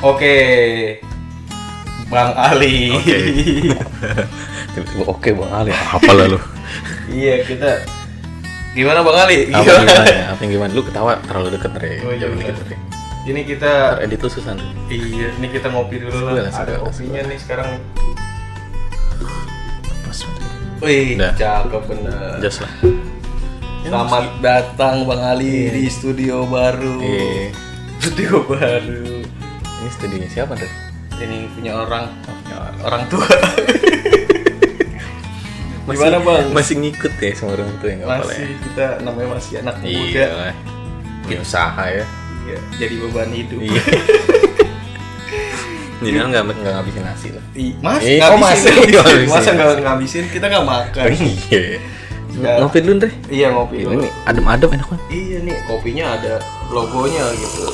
Oke, Bang Ali. Tiba-tiba oke Bang Ali, apa lah lu? Iya, kita gimana Bang Ali? Apa gimana ya? Apa yang gimana? Lu ketawa terlalu deket, Re. Oh, iya, Jangan bener. deket, Re. Ini kita Ntar edit lu susah, Re. iya, ini kita ngopi dulu lah. Ada kopinya nih sekarang. Pas. Wih, Udah. cakep bener. Just lah. Selamat datang Bang Ali di studio baru. Studio baru. Ini studionya siapa, Re? Ini punya orang tua. Gimana Bang? Masih ngikut ya sama orang tua, nggak apa-apa Masih ya. kita namanya masih anak muda. Iya lah. Punya usaha ya. Iya, jadi beban hidup. Iya. Jadi kan nggak ngabisin nasi lah. Mas, ngabisin. Masa nggak ngabisin? Kita nggak makan. Iya. Nggak. Ngopi dulu, Re. Iya ngopi. Ini adem-adem enak banget. Iya nih kopinya ada logonya gitu.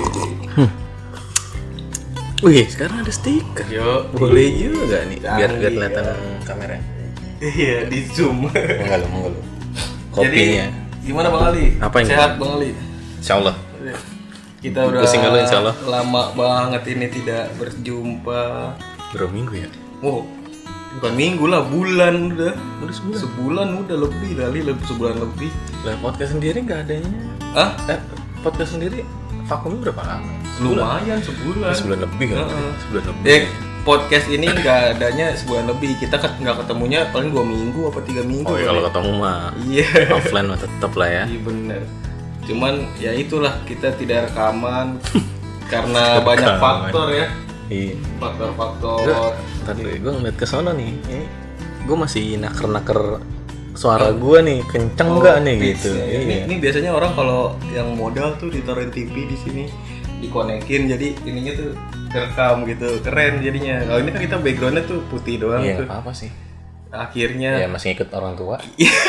Wih, sekarang ada stiker. Yo, Boleh juga nih, biar Canggih, kelihatan ya. kamera. iya di zoom. Enggak lu. Jadi Kopinya. gimana Bang Ali? Apa yang Sehat gimana? Bang Ali? Insyaallah. Kita udah Pusing nggak lu, insyaallah? lama banget ini tidak berjumpa. Berapa minggu ya? Oh, bukan minggu lah, bulan udah. Udah sebulan. Sebulan udah lebih kali, sebulan lebih. Lah podcast sendiri enggak adanya. Hah? Podcast sendiri vakumnya berapa lama? Lumayan sebulan. Sebulan lebih kan? Heeh. Sebulan lebih. Podcast ini nggak adanya sebulan lebih. Kita nggak ketemunya paling 2 minggu apa 3 minggu. Oh, ya, kali. kalau ketemu mah Iya. offline mah tetap lah ya. Iya bener. Cuman ya itulah kita tidak rekaman karena banyak Rekaman. faktor ya. Iya. Faktor-faktor. Tadi gue ngeliat ke sono nih. Gue masih naker-naker suara gue nih kenceng nggak nih gitu. pitch-nya ya. Iya. Ini biasanya orang kalau yang modal tuh ditaruhin TV di sini dikonekin jadi ininya tuh kerekam gitu keren jadinya. Kalau ini kan kita backgroundnya tuh putih doang Iya, tuh. nggak apa sih. Akhirnya Ya masih ikut orang tua.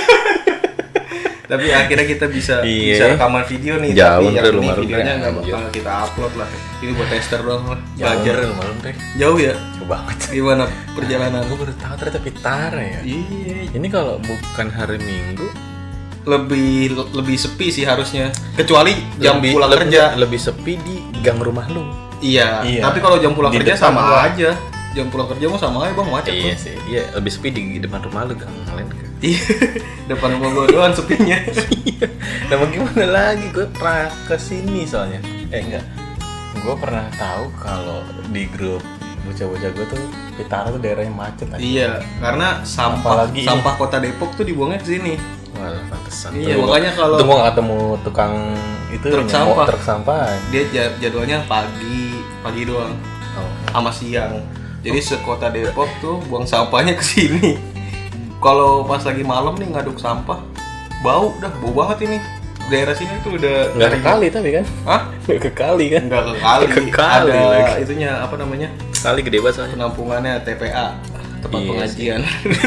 tapi akhirnya kita bisa Iya. rekaman video nih. Jauh, tapi yang Dre, ini lumayan, videonya Dre. nggak Anjir. bakal kita upload lah. Ini buat tester doang lah. Belajar Belajar. lumayan deh. Jauh ya. Coba banget. Gimana perjalanan? Gue baru tahu ternyata Pitara ya. Iya. Ini kalau bukan hari Minggu Lebih sepi sih harusnya. Kecuali jam lebih, pulang lebih, kerja. lebih sepi di gang rumah lu. Iya. Iya. Tapi kalau jam pulang Di kerja depan sama gua. aja. Jam pulang kerja mau sama aja Bang macet Iya tuh. sih. Iya, lebih sepi di depan rumah lu gang lain kan. Iya. Depan rumah gua doang sepinya. Nah, mau gimana lagi? Gue pernah kesini soalnya. Enggak. Gue pernah tahu kalau di grup bocah-bocah gue tuh Pitara tuh daerahnya macet. Aja. Iya, karena sampah Apalagi ini. sampah kota Depok tuh dibuangnya ke sini. Wah, pantesan. Iya, Tuh, makanya kalau- tuh gue gak ketemu tukang itu Truk yang sampah. mau truk sampah. Dia jadwalnya pagi doang Oh. sama siang. Jadi sekota Depok tuh buang sampahnya ke sini. Kalau pas lagi malam nih ngaduk sampah, bau banget ini. Daerah sini tuh udah Nggak ke kali tapi kan? Hah? Nggak ke kali kan? Enggak ke kali. Ke kali Ada lagi. itunya apa namanya? Kali gede banget soalnya. Penampungannya TPA, tempat Iya pengajian.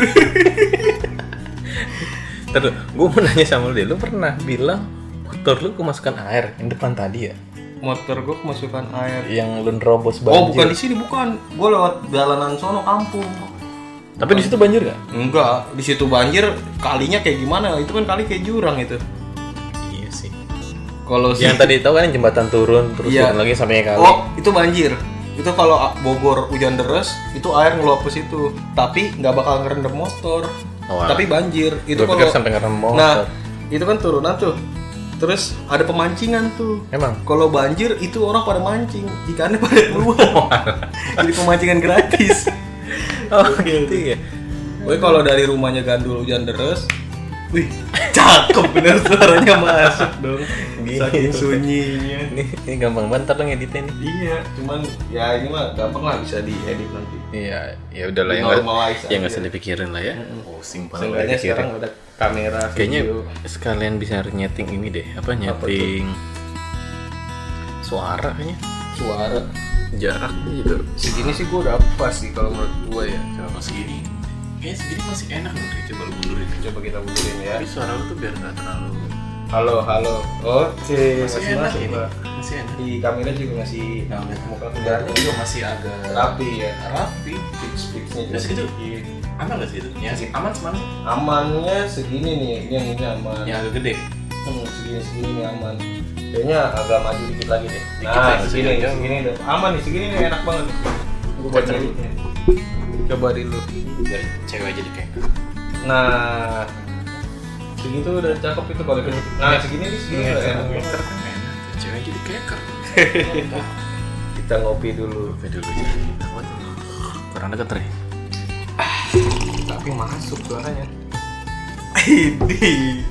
Terus, gue mau nanya sama lu deh, lu pernah bilang motor lu kemasukan air yang depan tadi ya? Motor gua kemasukan air. Yang lu nerobos banjir. Oh, bukan di sini, bukan. Gua lewat jalanan sono kampung. Tapi di situ banjir gak? Enggak, di situ banjir, kalinya kayak gimana? Itu kan kali kayak jurang itu. Iya sih. Kalau Yang tadi tahu kan yang jembatan turun terus Iya. turun lagi sampai kali. Oh, itu banjir. Itu kalau Bogor hujan deras, itu air ngeluap ke situ. Tapi nggak bakal ngerendam motor. Oh, Tapi banjir. Itu Gua pikir kalau sampai ngerem motor. Nah, itu kan turunan tuh. Terus ada pemancingan tuh. Emang? Kalau banjir itu orang pada mancing, ikannya pada keluar. Jadi pemancingan gratis. Oh gitu ya. Gue kalau dari rumahnya Gandul hujan deras, wih, cakep bener suaranya masuk dong. Gini. Saking sunyinya. Ini gampang banget ntar lo ngeditnya nih. Iya, cuman ya ini mah gampang lah bisa diedit nanti. Iya, ya udahlah Normalize yang nggak aja. usah dipikirin lah ya. Oh, simpel Seenggaknya sekarang ada kamera, Kayaknya video. sekalian bisa nyeting ini deh, apa nyeting suara kayaknya, Suara. jarak gitu. Segini sih gue udah pas sih kalau menurut gue ya. Coba segini. Kayaknya segini masih enak loh, Dre. Coba lu mundurin. Coba kita mundurin ya. Tapi suara lu tuh biar nggak terlalu. Halo. Oke, Masih masih enak masuk, ini. Pak. Masih enak. Di kamera juga masih muka keluarnya juga masih agak rapi ya. rapi. Fix-fixnya juga Nah, segitu. sedikit. Aman nggak sih itu? Ya, aman sih mana sih? Amannya segini nih, ini yang ini aman. Yang agak gede. Segini nih aman. Kayaknya agak maju dikit lagi deh. Dikit Nah, lagi, segini segini. udah aman nih, segini nih enak banget. Gua baca dulu. Coba dulu. Biar cewek jadi kayak. Nah, segitu udah cakep itu kalau gitu. Nah, segini udah enak banget. Cewek jadi keker. Kita ngopi dulu. Kopi dulu aja. Kurang deket Re. Tapi masuk suaranya. Ini.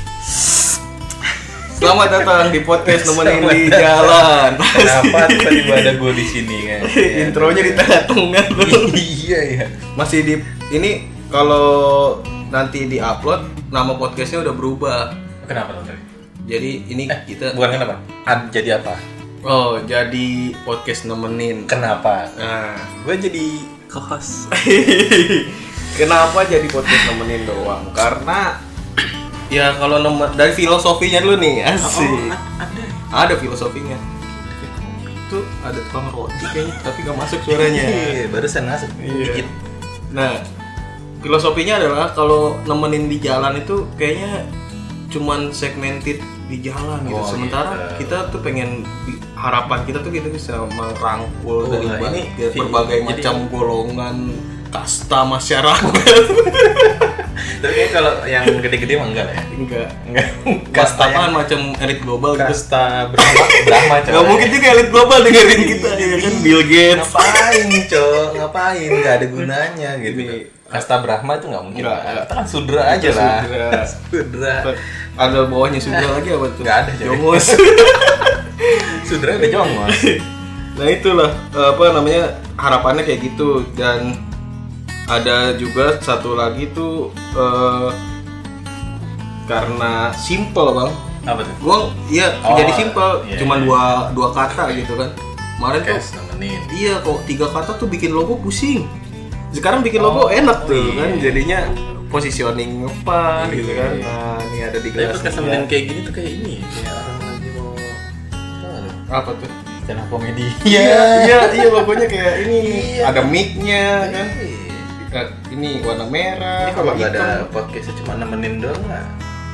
Selamat datang di podcast nemenin di jalan. Kenapa tiba-tiba ada gue di sini kan? Intronya di tengah-tengah tuh. Iya ya. Masih di ini kalau nanti di-upload nama podcastnya udah berubah. Kenapa tuh Re? Jadi ini kita Bukan kenapa? Jadi apa? Oh, jadi podcast nemenin. Kenapa? Nah, Gue jadi co-host. kenapa jadi podcast nemenin doang? Karena ya kalau dari filosofinya dulu nih, asik. Ada filosofinya. Itu ada tukang roti kayaknya, tapi gak masuk suaranya. Iya, barusan masuk. Iya. Dikit. Nah, filosofinya adalah kalau nemenin di jalan itu kayaknya cuman segmented di jalan gitu. Oh, Sementara gitu. kita tuh pengen harapan kita tuh kita bisa merangkul dari ini berbagai jadi- macam golongan kasta masyarakat. Tapi kayak kalau yang gede-gede mah enggak lah ya. Enggak. Kasta Kasta yang macam elit global gitu. Kasta Brahma coy. Gak mungkin juga elit global dengerin kita ya kan Bill Gates. Ngapain cok? Ngapain? Gak ada gunanya gitu. Ini- Kasta Brahma itu gak mungkin Nggak. lah. Kita kan sudra aja Kita lah. sudra. Sudra. Ada bawahnya sudah lagi apa tuh? Nggak ada, coy. Jongos. Sudra udah jongos. Nah itulah apa namanya harapannya kayak gitu. Dan ada juga satu lagi tuh karena simple bang. Apa tuh? Gua iya Oh, jadi simple, iya, cuman iya. dua kata gitu kan. Kemarin tuh Kes nemenin. iya kok 3 kata tuh bikin logo pusing. Sekarang bikin logo enak tuh iya. kan, jadinya positioning apa gitu Iya. kan. Nah ini ada di Tapi podcast nemenin gelasnya. kayak gini tuh kayak ini ya. Kayak orang lagi mau tau nggak lu? Apa tuh? Stand up komedi. Iya logonya kayak ini. Iya. Ada mic-nya kan. Iya. Ini warna merah. Ini kalau warna nggak ada hitam. podcastnya cuma nemenin doang nggak?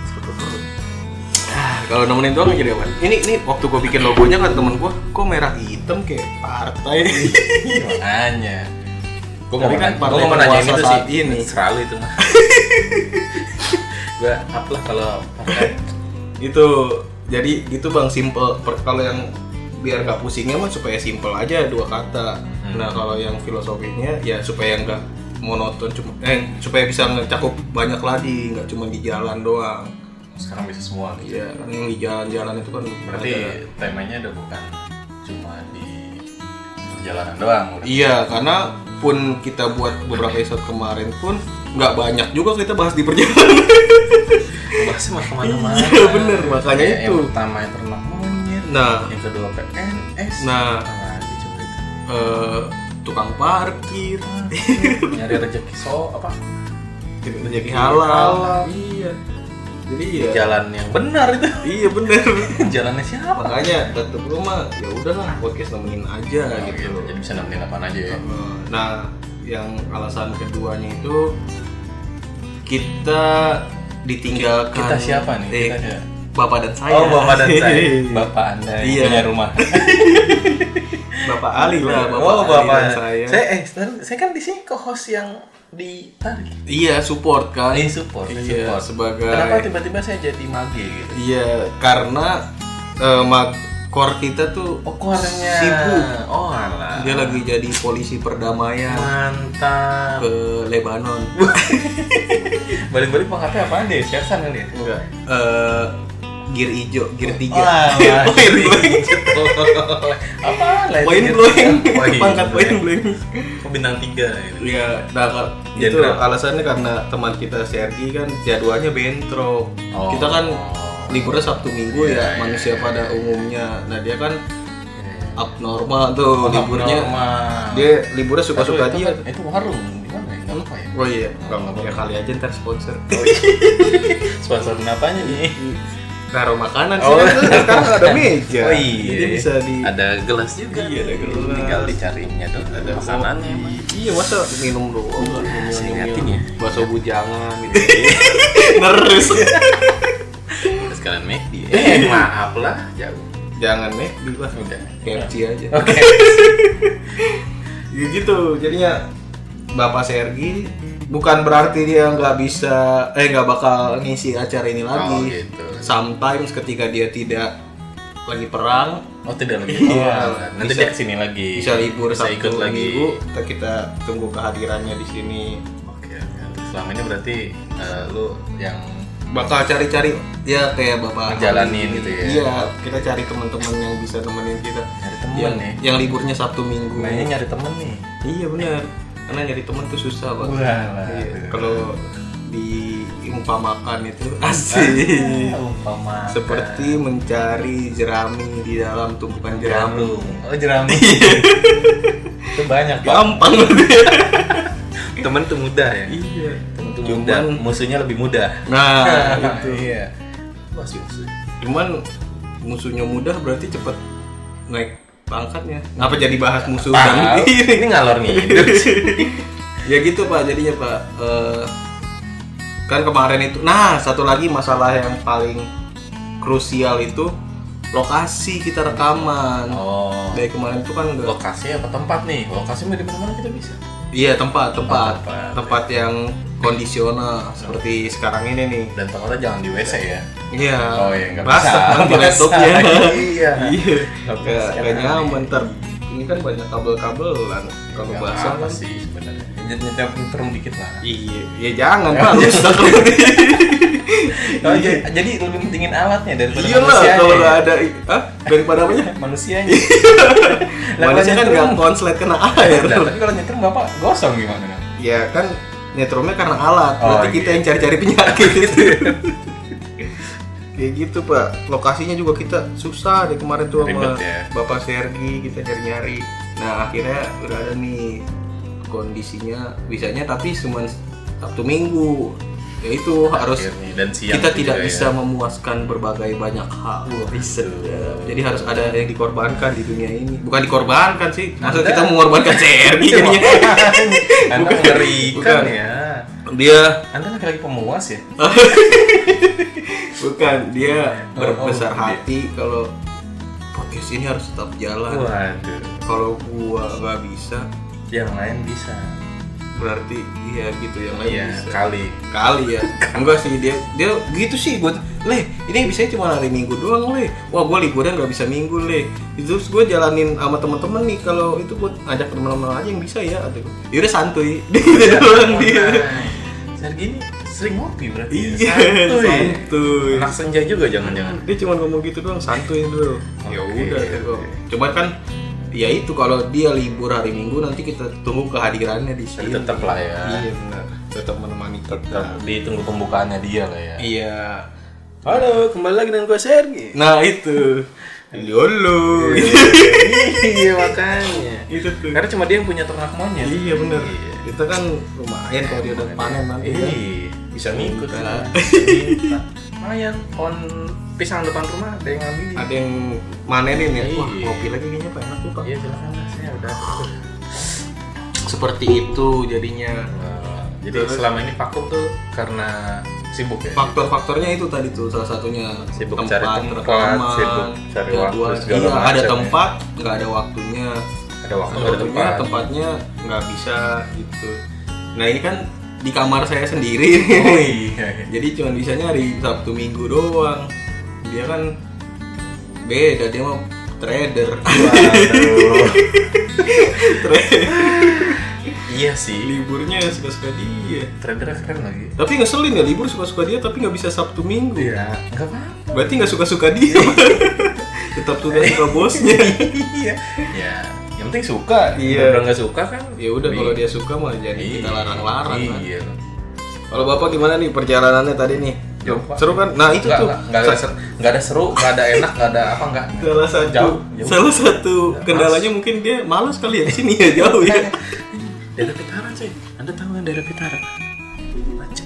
Kalau nemenin doang jadi apa? Ini waktu gua bikin logonya kan temen gua, kok merah hitam kayak partai. Makanya. Gue Tapi kan mau partai nanyain penguasa itu saat sih. ini. Selalu itu mah. Gue up lah kalau pakai. Itu jadi gitu bang, simple. Kalau yang biar nggak pusingnya mah supaya simple aja 2 kata. Nah kalau yang filosofinya ya supaya nggak monoton, supaya bisa ngecakup banyak lagi, nggak cuma di jalan doang. Sekarang bisa semua gitu. Iya, karena yang di jalan-jalan itu kan Berarti ada- temanya udah bukan cuma di jalanan doang. Udah. Iya, karena pun kita buat beberapa episode kemarin pun nggak banyak juga kita bahas di perjalanan. Bahasnya mah kemana-mana. Iya, bener, makanya Kayak itu. Yang pertama yang ternak monyet. Nah. Yang kedua PNS. Nah. Apa lagi coba itu? Tukang parkir, Nyari rezeki apa? rezeki halal. Iya. Jadi ya. Jalan yang benar itu. Iya bener. Jalannya siapa? Makanya tetep lu mah ya udahlah podcast nemenin aja Oh, gitu. Jadi bisa nemenin apaan aja ya. Nah, yang alasan keduanya itu kita ditinggalkan. Kita siapa nih? Kita ada. Bapak dan saya. Oh, Bapak dan saya. Bapak Anda yang Iya. punya rumah. Bapak Ali lah, Bapak Oh, Ali Bapak dan saya. Saya kan di sini co-host yang ditarik. Iya, support kan. Support. Iya, support. sebagai Kenapa tiba-tiba saya jadi mage gitu? Iya, karena core kita tuh Oh, keluarnya. sibuk. Oh, alah. Dia lagi jadi polisi perdamaian Mantap. ke Lebanon. Balik-balik pangkatnya apaan deh? Siasan kali ya? Enggak. Gear hijau, gear 3. Wah, Poin blowing. apa? Poin blowing. Pangkat poin blowing. Bintang 3 gitu. Iya, nah itu Jenderal. alasannya karena teman kita Sergi kan jadwalnya bentrok. Oh. Kita kan liburnya Sabtu Minggu Iya, ya, iya, manusia iya. pada umumnya. Nah, dia kan abnormal tuh liburnya. Abnormal. Dia liburnya suka-suka Itu dia. kan- Itu warung di mana ya? Enggak lupa ya. Oh iya, nggak ya kali aja ntar sponsor. Sponsor apanya nih? Naruh makanan sih Oh. kan, sekarang ada meja. Oh iya. Jadi bisa di Ada gelas juga. Iya, ada gelas. Tinggal dicarinya tuh. Ada makanannya. Iya, masa minum doang nggak Liatin ya. bakso bujangan gitu. Nerus. sekalian McD. Maaf lah, jauh. Jangan McD lah, Udah. KFC aja. Oke. Ya gitu, jadinya Bapak Sergi bukan berarti dia nggak bakal ngisi acara ini lagi. Oh, gitu. Sometimes ketika dia tidak lagi perang, Oh, tidak lagi. Iya. Nanti Bisa- dia kesini lagi. bisa libur Bisa Sabtu ikut lagi. Minggu, kita tunggu kehadirannya di sini. Oke. Selama ini berarti lu yang Bakal cari-cari ya kayak Bapak ngejalanin gitu ya. Iya, kita cari teman-teman yang bisa nemenin kita. nyari temen Yang, nih. yang liburnya Sabtu Minggu. Mainnya nyari temen nih. Iya benar. Karena nyari teman tuh susah banget. Wah, Iya. Kalau diumpamakan itu asik. Umpama. Seperti mencari jerami di dalam tumpukan jerami. Oh, jerami. Itu banyak. Pak. Gampang banget. Temen tuh mudah ya. Iya. Temen tuh Cuman- mudah, musuhnya lebih mudah. Nah, itu. Iya. Masih musuh. Cuman musuhnya mudah berarti cepet naik pangkatnya. Ngapa jadi bahas musuh Tahu. dan Ini ngalor ngidul sih. Ya gitu Pak, jadinya Pak kan kemarin itu. Nah, satu lagi masalah yang paling krusial itu lokasi kita rekaman. Oh. Dari kemarin itu kan enggak. Lokasi apa tempat nih? Lokasi mau di mana kita bisa. Iya, tempat tempat. yang kondisional seperti sekarang ini nih. Dan tempatnya jangan di WC ya. Iya. Oh iya, nggak Basah bisa. nanti Basah. laptopnya. Iya. Iya. Nggak bisa. Gak nyaman ntar. Ini kan banyak kabel-kabelan. Kalau Nggak basah apa kan. sih sebenarnya. Nyetem dikit lah. Iya, ya jangan Pak. Rusak. Oh, jadi lebih pentingin alatnya daripada Iya lah, manusianya. kalau ya? nggak ada, daripada apanya? Manusianya. Manusia kan nggak konslet kena air. Nah, tapi kalau nyetrum bapak gosong gimana? Dong? Ya kan nyetrumnya karena alat, Oh, berarti kita iya. yang cari-cari penyakit gitu. Kayak gitu Pak, lokasinya juga kita susah deh kemarin tuh sama Ribet ya. Bapak Sergi, kita nyari-nyari. Nah akhirnya udah ada nih kondisinya, bisanya tapi cuma Sabtu Minggu. Ya itu harus Akhirnya, dan siang kita juga tidak ya. bisa memuaskan berbagai banyak hal. Riset. betul. Jadi harus ada yang dikorbankan di dunia ini. Bukan dikorbankan sih, maksud Anda- kita mengorbankan CRG jadinya. Anda Bukan. mengerikan Bukan. ya. Dia Anda lagi pemuas ya? bukan, dia Oh, berbesar dia. hati kalau podcast ini harus tetap jalan. Waduh. Kalau gua nggak bisa, Yang lain bisa. berarti iya gitu yang lain Iya, bisa. kali. Ya. Enggak sih, dia gitu sih. Ini bisa cuma hari Minggu doang, Wah, gua liburan nggak bisa Minggu, Terus gua jalanin sama teman-teman nih, kalau itu buat ajak teman-teman aja yang bisa ya. Aduh. Ya udah santuy. Gitu doang dia. Sergi ini sering ngopi berarti. Iya, Santuy. santuy. Anak senja juga jangan-jangan. Dia cuma ngomong gitu doang, santuy dulu. Ya Oke, udah, oke. Cuma kan ya itu kalau dia libur hari Minggu nanti kita tunggu kehadirannya di sini. Tapi tetap lah ya. Iya benar. Tetap menemani kita. Tetap ditunggu pembukaannya dia lah ya. Iya. Halo, kembali lagi dengan gue Sergi. Nah itu. Yolo. Iya makanya. Itu tuh. Karena cuma dia yang punya ternak monyet. Iya benar. Iya. Kita kan lumayan kalau dia udah panen nanti. kan. Iya, bisa ngikut Minta. lah. Minta. Lumayan, pohon pisang depan rumah ada yang ngambil. Ada yang manenin ya. Wah, Iya. kopi lagi kayaknya Pak enak tuh Pak. Iya, silakan lah, saya udah. Seperti itu jadinya. Jadi Terus? selama ini vakum tuh karena sibuk ya. Faktor-faktornya itu tadi tuh salah satunya Sibuk tempat, cari tempat, rekaman, sibuk cari waktu, jadwal. segala Iya, macam ada ya. tempat, nggak ada waktunya. Ada waktu, Ada ada waktunya, tempat. tempatnya nggak bisa gitu. Nah ini kan di kamar saya sendiri. Oh iya. Jadi cuma bisanya hari Sabtu Minggu doang. Dia kan beda, dia mah trader. Waduh. Iya sih. Liburnya suka-suka dia. Tradernya keren lagi. Tapi ngeselin ya, libur suka-suka dia tapi nggak bisa Sabtu Minggu. Iya. Enggak apa-apa. Berarti nggak suka-suka dia. Tetap suka-suka bosnya. Iya. Ya. Yang penting suka. Iya. Udah nggak suka kan? Ya udah kalau dia suka mah jadi kita larang-larang kan. Iya. Kalau Bapak gimana nih perjalanannya tadi nih? Jauh, Pak. Seru kan? Nah itu tuh Nggak ada seru, nggak ada enak, nggak ada apa nggak. salah satu Jauh. salah satu kendalanya mungkin dia malas kali ya di sini ya jauh ya. Daerah Pitara coy. Anda tahu kan daerah Pitara? Macet.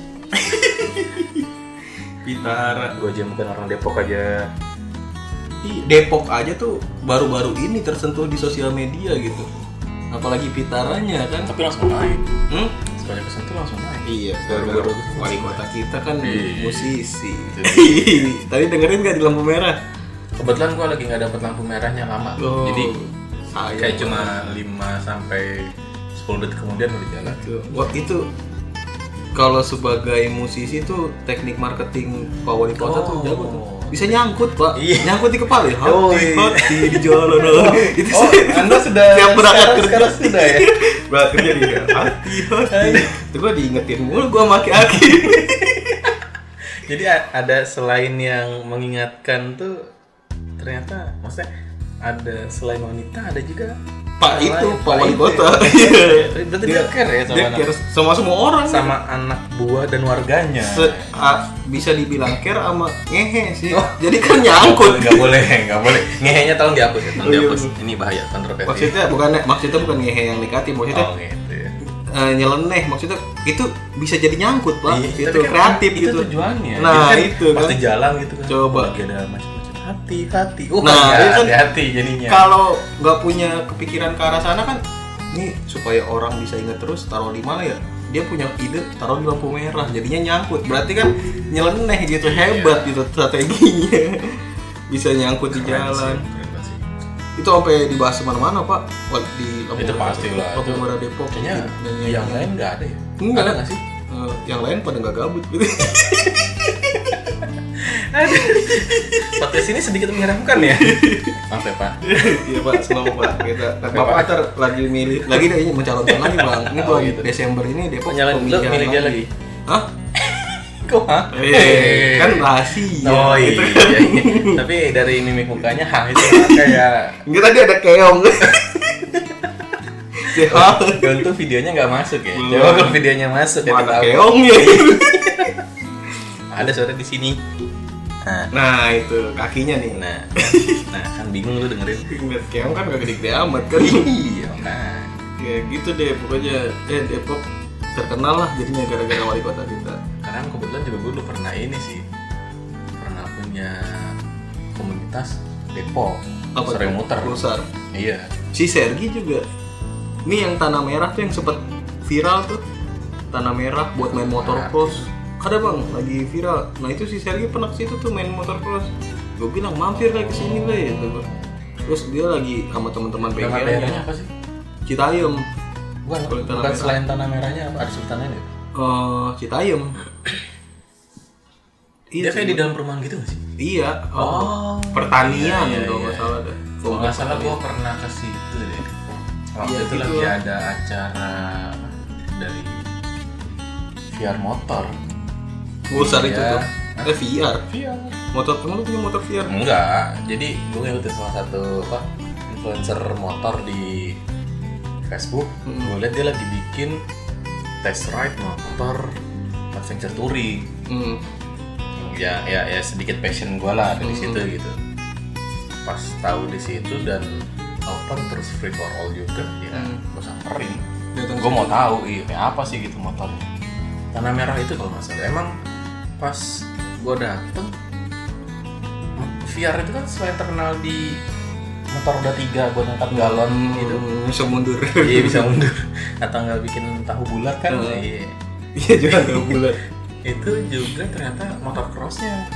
Pitara. Gue aja bukan orang Depok aja. Depok aja tuh baru-baru ini tersentuh di sosial media gitu. Apalagi Pitaranya kan. Tapi langsung naik. Hmm? sekali kesentuh langsung naik. Iya, Baru-baru wali kota kita kan Iya. musisi. Jadi- Tadi dengerin nggak di lampu merah? Kebetulan gue lagi nggak dapet lampu merahnya lama. Oh, Jadi sayang kayak cuma banget. 5 sampai 10 detik kemudian udah jalan. Wah itu kalau sebagai musisi tuh teknik marketing Pak Wali Kota tuh jago tuh. Bisa nyangkut Pak, Iya. nyangkut di kepala ya. Oh, Hati-hati iya. di jalan. Itu Oh, Anda sudah tiap berangkat kerja sekarang sudah ya? berangkat kerja dia. Hati-hati. Itu gua diingetin mulu gua sama aki-aki. Jadi ada selain yang mengingatkan tuh ternyata maksudnya ada selain wanita ada juga Pak yang itu lain. Pak Wali itu Kota. ya. Berarti dia care ya sama Dia anak, care sama semua orang. sama anak buah dan warganya. Bisa dibilang care sama ngehe sih. Oh. Jadi kan nyangkut. Nggak boleh. Ngehenya tolong dihapus ya, tolong Oh, iya, dihapus. bener. Ini bahaya kontroversi. Maksudnya bukan ngehe yang negatif, maksudnya Oh gitu ya. nyeleneh, maksudnya itu bisa jadi nyangkut Pak. Iya, Itu tapi kan kreatif itu gitu. tujuannya. Nah, Jadi kan itu kan. Pasti jalan gitu kan. Coba. Lagi ada macam-macam hati-hati. Nah, itu kan hati-hati jadinya. Kalau nggak punya kepikiran ke arah sana kan, nih supaya orang bisa ingat terus taruh di mana ya? Dia punya ide taruh di lampu merah, jadinya nyangkut. Berarti kan nyeleneh gitu, hebat gitu strateginya. Bisa nyangkut di Keren jalan. sih, keren sih. Itu sampai dibahas mana-mana Pak. Di lampu Itu merah, pasti lah, lampu itu. merah Depok. Kayaknya Nyanyi- yang lain nggak ada ya? Nggak. Ada nggak sih? yang lain pada nggak gabut gitu. Podcast ini sedikit menyeramkan ya. Maaf ya Pak. Iya Pak, slow Pak. Kita Bapak Pak. ntar lagi milih lagi deh mencalonkan lagi Bang. Ini Oh, bulan gitu. Desember ini Depok Nyalain dulu, pemilihan milih dia lagi. Hah? Kok ha? Kan rahasia. Oh Gitu. iya. Tapi dari mimik mukanya itu kayak Enggak, tadi ada keong. Sehat. untuk videonya nggak masuk ya. Belum. Coba kalau videonya masuk ya Mana tahu. keong ya? Ada suara di sini. Nah, itu kakinya nih. Nah, kan bingung lu dengerin. Ngeliat keong kan gak gede-gede amat kan. Iya, nah. Ya gitu deh pokoknya. Depok terkenal lah jadinya gara-gara wali kota kita. Karena kebetulan juga gue dulu pernah ini sih. Pernah punya komunitas Depok. Sering muter. Pusar. Iya. Si Sergi juga. Ini yang tanah merah tuh yang sempet viral tuh. Tanah merah buat main motocross. Ada Bang, lagi viral. Nah itu si Sergi pernah ke situ tuh main motocross. Gue bilang mampir kayak kesini lah ya. Terus dia lagi sama teman-teman Nama daerahnya bengkelnya. apa sih? Citayam. Bukan Tanah merah. selain tanah merahnya apa? Ada sebutannya nggak? Citayam. Dia kayak di dalam perumahan gitu nggak sih? Iya. Oh, Pertanian iya, kalau iya. nggak salah dah. Kalau nggak salah gue pernah ke situ deh. Waktu Iya, itu gitu lagi lah. ada acara dari VR motor. Besar itu Iya. tuh. VR. VR. Motor kamu punya motor VR? Enggak, jadi gue ngikutin salah satu influencer motor di Facebook. Gue liat dia lagi bikin test ride motor adventure touring. Hmm. Ya sedikit passion gue lah dari situ gitu. Pas tahu di situ dan open terus free for all juga, ya gue samperin. Datang Gue mau tahu kayak apa sih gitu motornya. Tanah merah itu kalau nggak salah. Emang pas gue dateng VR itu kan selain terkenal di motor roda 3 buat angkat galon gitu. Bisa mundur. Iya bisa mundur. Atau nggak bikin tahu bulat kan? Iya. Iya juga nggak bulat. Itu juga ternyata motor crossnya.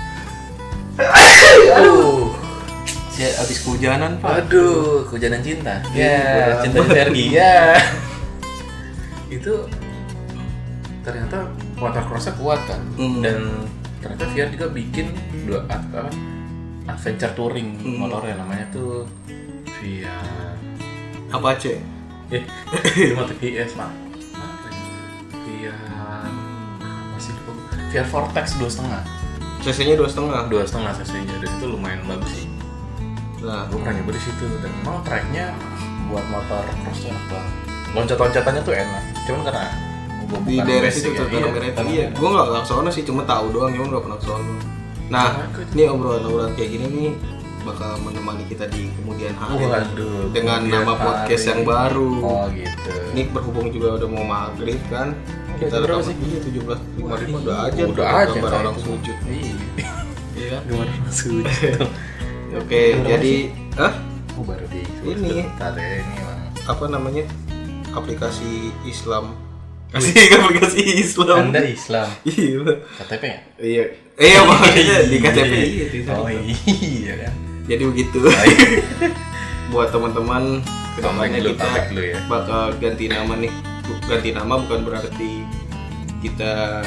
Ya abis kehujanan Pak. Aduh, kehujanan cinta. Iya, Ya, cinta Sergi. Ya. Itu ternyata motor crossnya kuat kan. Dan ternyata VR juga bikin dua adventure touring motornya namanya tuh VR Apache. MotoGP Pak. VR masih VR Vortex 2,5. CC-nya 2,5. 2,5 cc-nya dan itu lumayan bagus sih. Nah, Gue pernah nyoba di situ dan memang tracknya buat motor cross tuh enak banget. Loncat-loncatannya tuh enak. Cuman karena gue di bukan daerah basic situ ya, tuh tanah merah itu. Iya, gue nggak kesana sih, cuma tahu doang, cuma nggak pernah kesana. Nah, ini obrolan-obrolan kayak gini nih bakal menemani kita di kemudian hari. Waduh, dengan kemudian nama podcast hari. yang baru. Oh gitu. Ini berhubung juga udah mau maghrib kan. Kita berapa rekam sih? iya 17.55 udah aja. Udah tuh, aja gambar kayak orang itu. sujud. Iya. Iya. Gimana sujud? Oke, jadi Baru di Ini. bentar ya ini bang. apa namanya? Aplikasi Islam Kasih aplikasi Islam. Anda Islam. Iya. KTP ya? Iya. Maksudnya di KTP itu. Oh iya kan. Jadi begitu. Buat teman-teman kedepannya kita bakal ganti nama nih. Ganti nama bukan berarti kita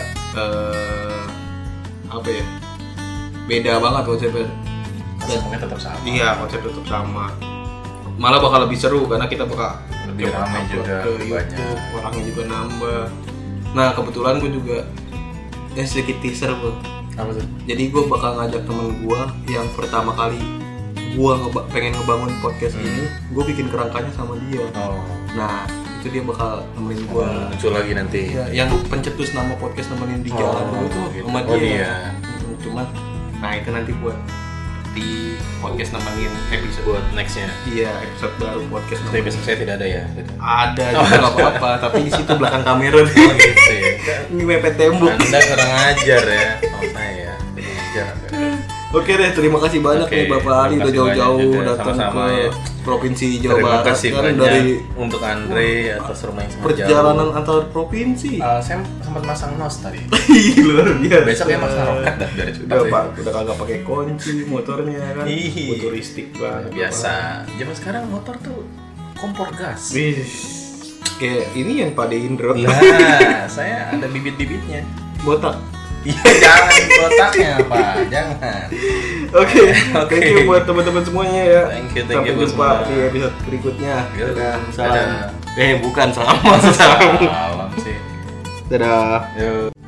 apa ya? Beda banget konsepnya. Konsepnya tetap sama. Iya, konsep tetap sama. Malah bakal lebih seru karena kita bakal lebih ramai juga, banyak orangnya juga nambah. Nah kebetulan gue juga sedikit teaser bro. Apa tuh? Jadi gue bakal ngajak temen gue yang pertama kali gue pengen ngebangun podcast ini, gue bikin kerangkanya sama dia. Nah itu dia bakal nemenin gue. Muncul lagi nanti. Ya, yang pencetus nama podcast nemenin di jalan dulu tuh gitu. Sama dia. Cuman, nah itu nanti buat di podcast nemenin episode buat nextnya. Iya, episode baru podcast. Tapi episode saya tidak ada ya. Ada juga nggak apa-apa, tapi di situ belakang kamera nih. Oh gitu ya. Ini mepet tembok. Anda kurang ajar ya. Oh saya kurang ajar. Oke deh, terima kasih banyak nih Bapak Ali udah jauh-jauh datang ke Provinsi Jawa Barat. Terima kasih kan dari untuk Andre atas rumah yang sangat perjalanan jauh. Antar provinsi. Saya sempat masang nos tadi. Luar biasa. Besok ya masang roket dah dari Cepat. Udah kagak pakai kunci motornya kan. Futuristik banget. Biasa. Zaman sekarang motor tuh kompor gas. Kayak ini yang pada Indro. Nah, saya ada bibit-bibitnya. Botak. Iya, jangan botaknya Pak, jangan. Oke. Thank you buat teman-teman semuanya ya. Thank you Sampai jumpa semua di episode berikutnya. Dadah. Salam. Bukan salam. Salam sih. Dadah. Yo.